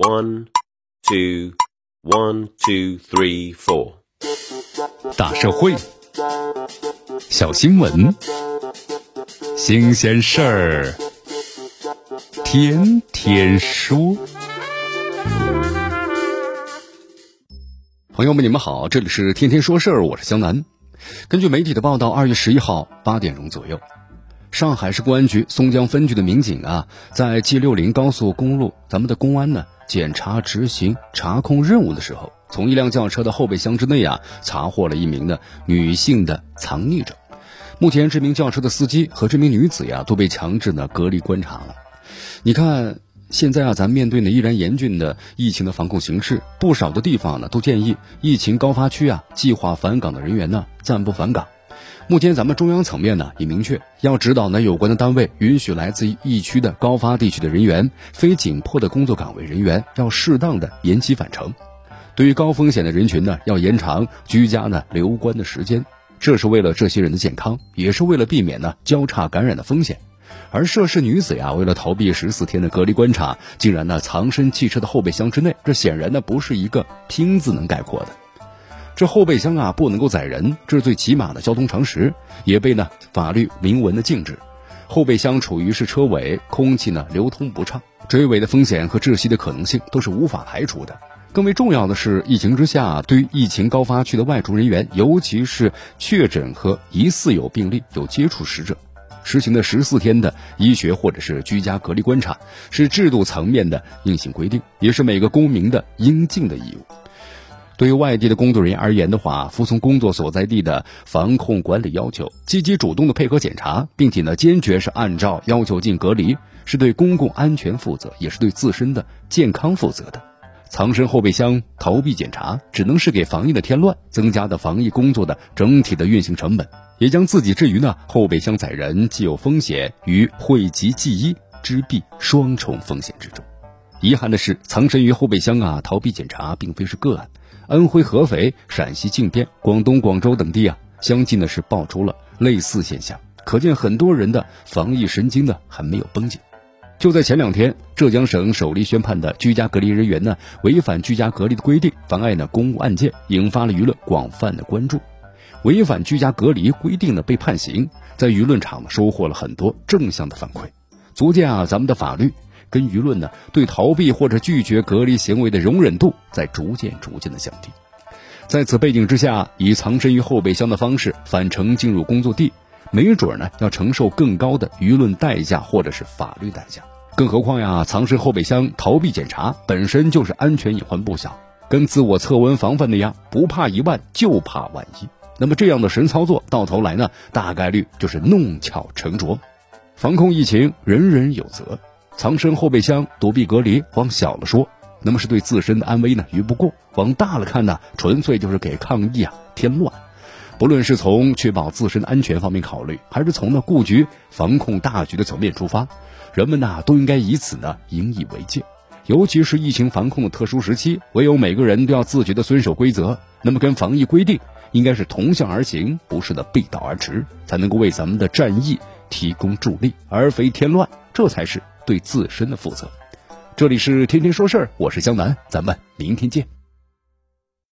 1, 2, 1, 2, 3, 4。 大社会，小新闻，新鲜事儿，天天说。朋友们，你们好，这里是天天说事儿，我是江南。根据媒体的报道，2月11号8点钟左右，上海市公安局松江分局的民警在 G60 高速公路，咱们的公安检查执行查控任务的时候，从一辆轿车的后备箱之内查获了一名女性的藏匿者。目前这名轿车的司机和这名女子都被强制隔离观察了。你看现在咱面对依然严峻的疫情的防控形势，不少的地方都建议疫情高发区计划返岗的人员暂不返岗。目前咱们中央层面也明确要指导有关的单位允许来自于疫区的高发地区的人员、非紧迫的工作岗位人员要适当的延期返程。对于高风险的人群要延长居家留观的时间，这是为了这些人的健康，也是为了避免交叉感染的风险。而涉事女子为了逃避14天的隔离观察，竟然藏身汽车的后备箱之内，这显然不是一个拼字能概括的。这后备箱不能够载人，这是最起码的交通常识，也被法律明文的禁止。后备箱处于是车尾，空气流通不畅，追尾的风险和窒息的可能性都是无法排除的。更为重要的是，疫情之下，对于疫情高发区的外出人员，尤其是确诊和疑似有病例、有接触史者，实行的14天的医学或者是居家隔离观察，是制度层面的硬性规定，也是每个公民的应尽的义务。对于外地的工作人员而言的话，服从工作所在地的防控管理要求，积极主动的配合检查，并且坚决是按照要求进隔离，是对公共安全负责，也是对自身的健康负责的。藏身后备箱逃避检查，只能是给防疫的添乱，增加的防疫工作的整体的运行成本，也将自己置于后备箱载人既有风险与讳疾忌医之弊双重风险之中。遗憾的是，藏身于后备箱逃避检查并非是个案。安徽合肥、陕西靖边、广东广州等地相继是爆出了类似现象，可见很多人的防疫神经还没有绷紧。就在前2天，浙江省首例宣判的居家隔离人员违反居家隔离的规定，妨碍公务案件，引发了舆论广泛的关注。违反居家隔离规定被判刑，在舆论场收获了很多正向的反馈，足见咱们的法律跟舆论对逃避或者拒绝隔离行为的容忍度在逐渐的降低。在此背景之下，以藏身于后备箱的方式返程进入工作地，没准要承受更高的舆论代价或者是法律代价。更何况藏身后备箱逃避检查本身就是安全隐患不小，跟自我测温防范那样，不怕1万就怕万一。那么这样的神操作到头来大概率就是弄巧成拙。防控疫情人人有责，藏身后备箱躲避隔离往小了说，那么是对自身的安危于不顾，往大了看纯粹就是给抗疫添乱。不论是从确保自身安全方面考虑，还是从顾局防控大局的层面出发，人们都应该以此引以为戒。尤其是疫情防控的特殊时期，唯有每个人都要自觉的遵守规则，那么跟防疫规定应该是同向而行，不是背道而驰，才能够为咱们的战役提供助力，而非添乱，这才是对自身的负责。这里是天天说事儿，我是江南，咱们明天见。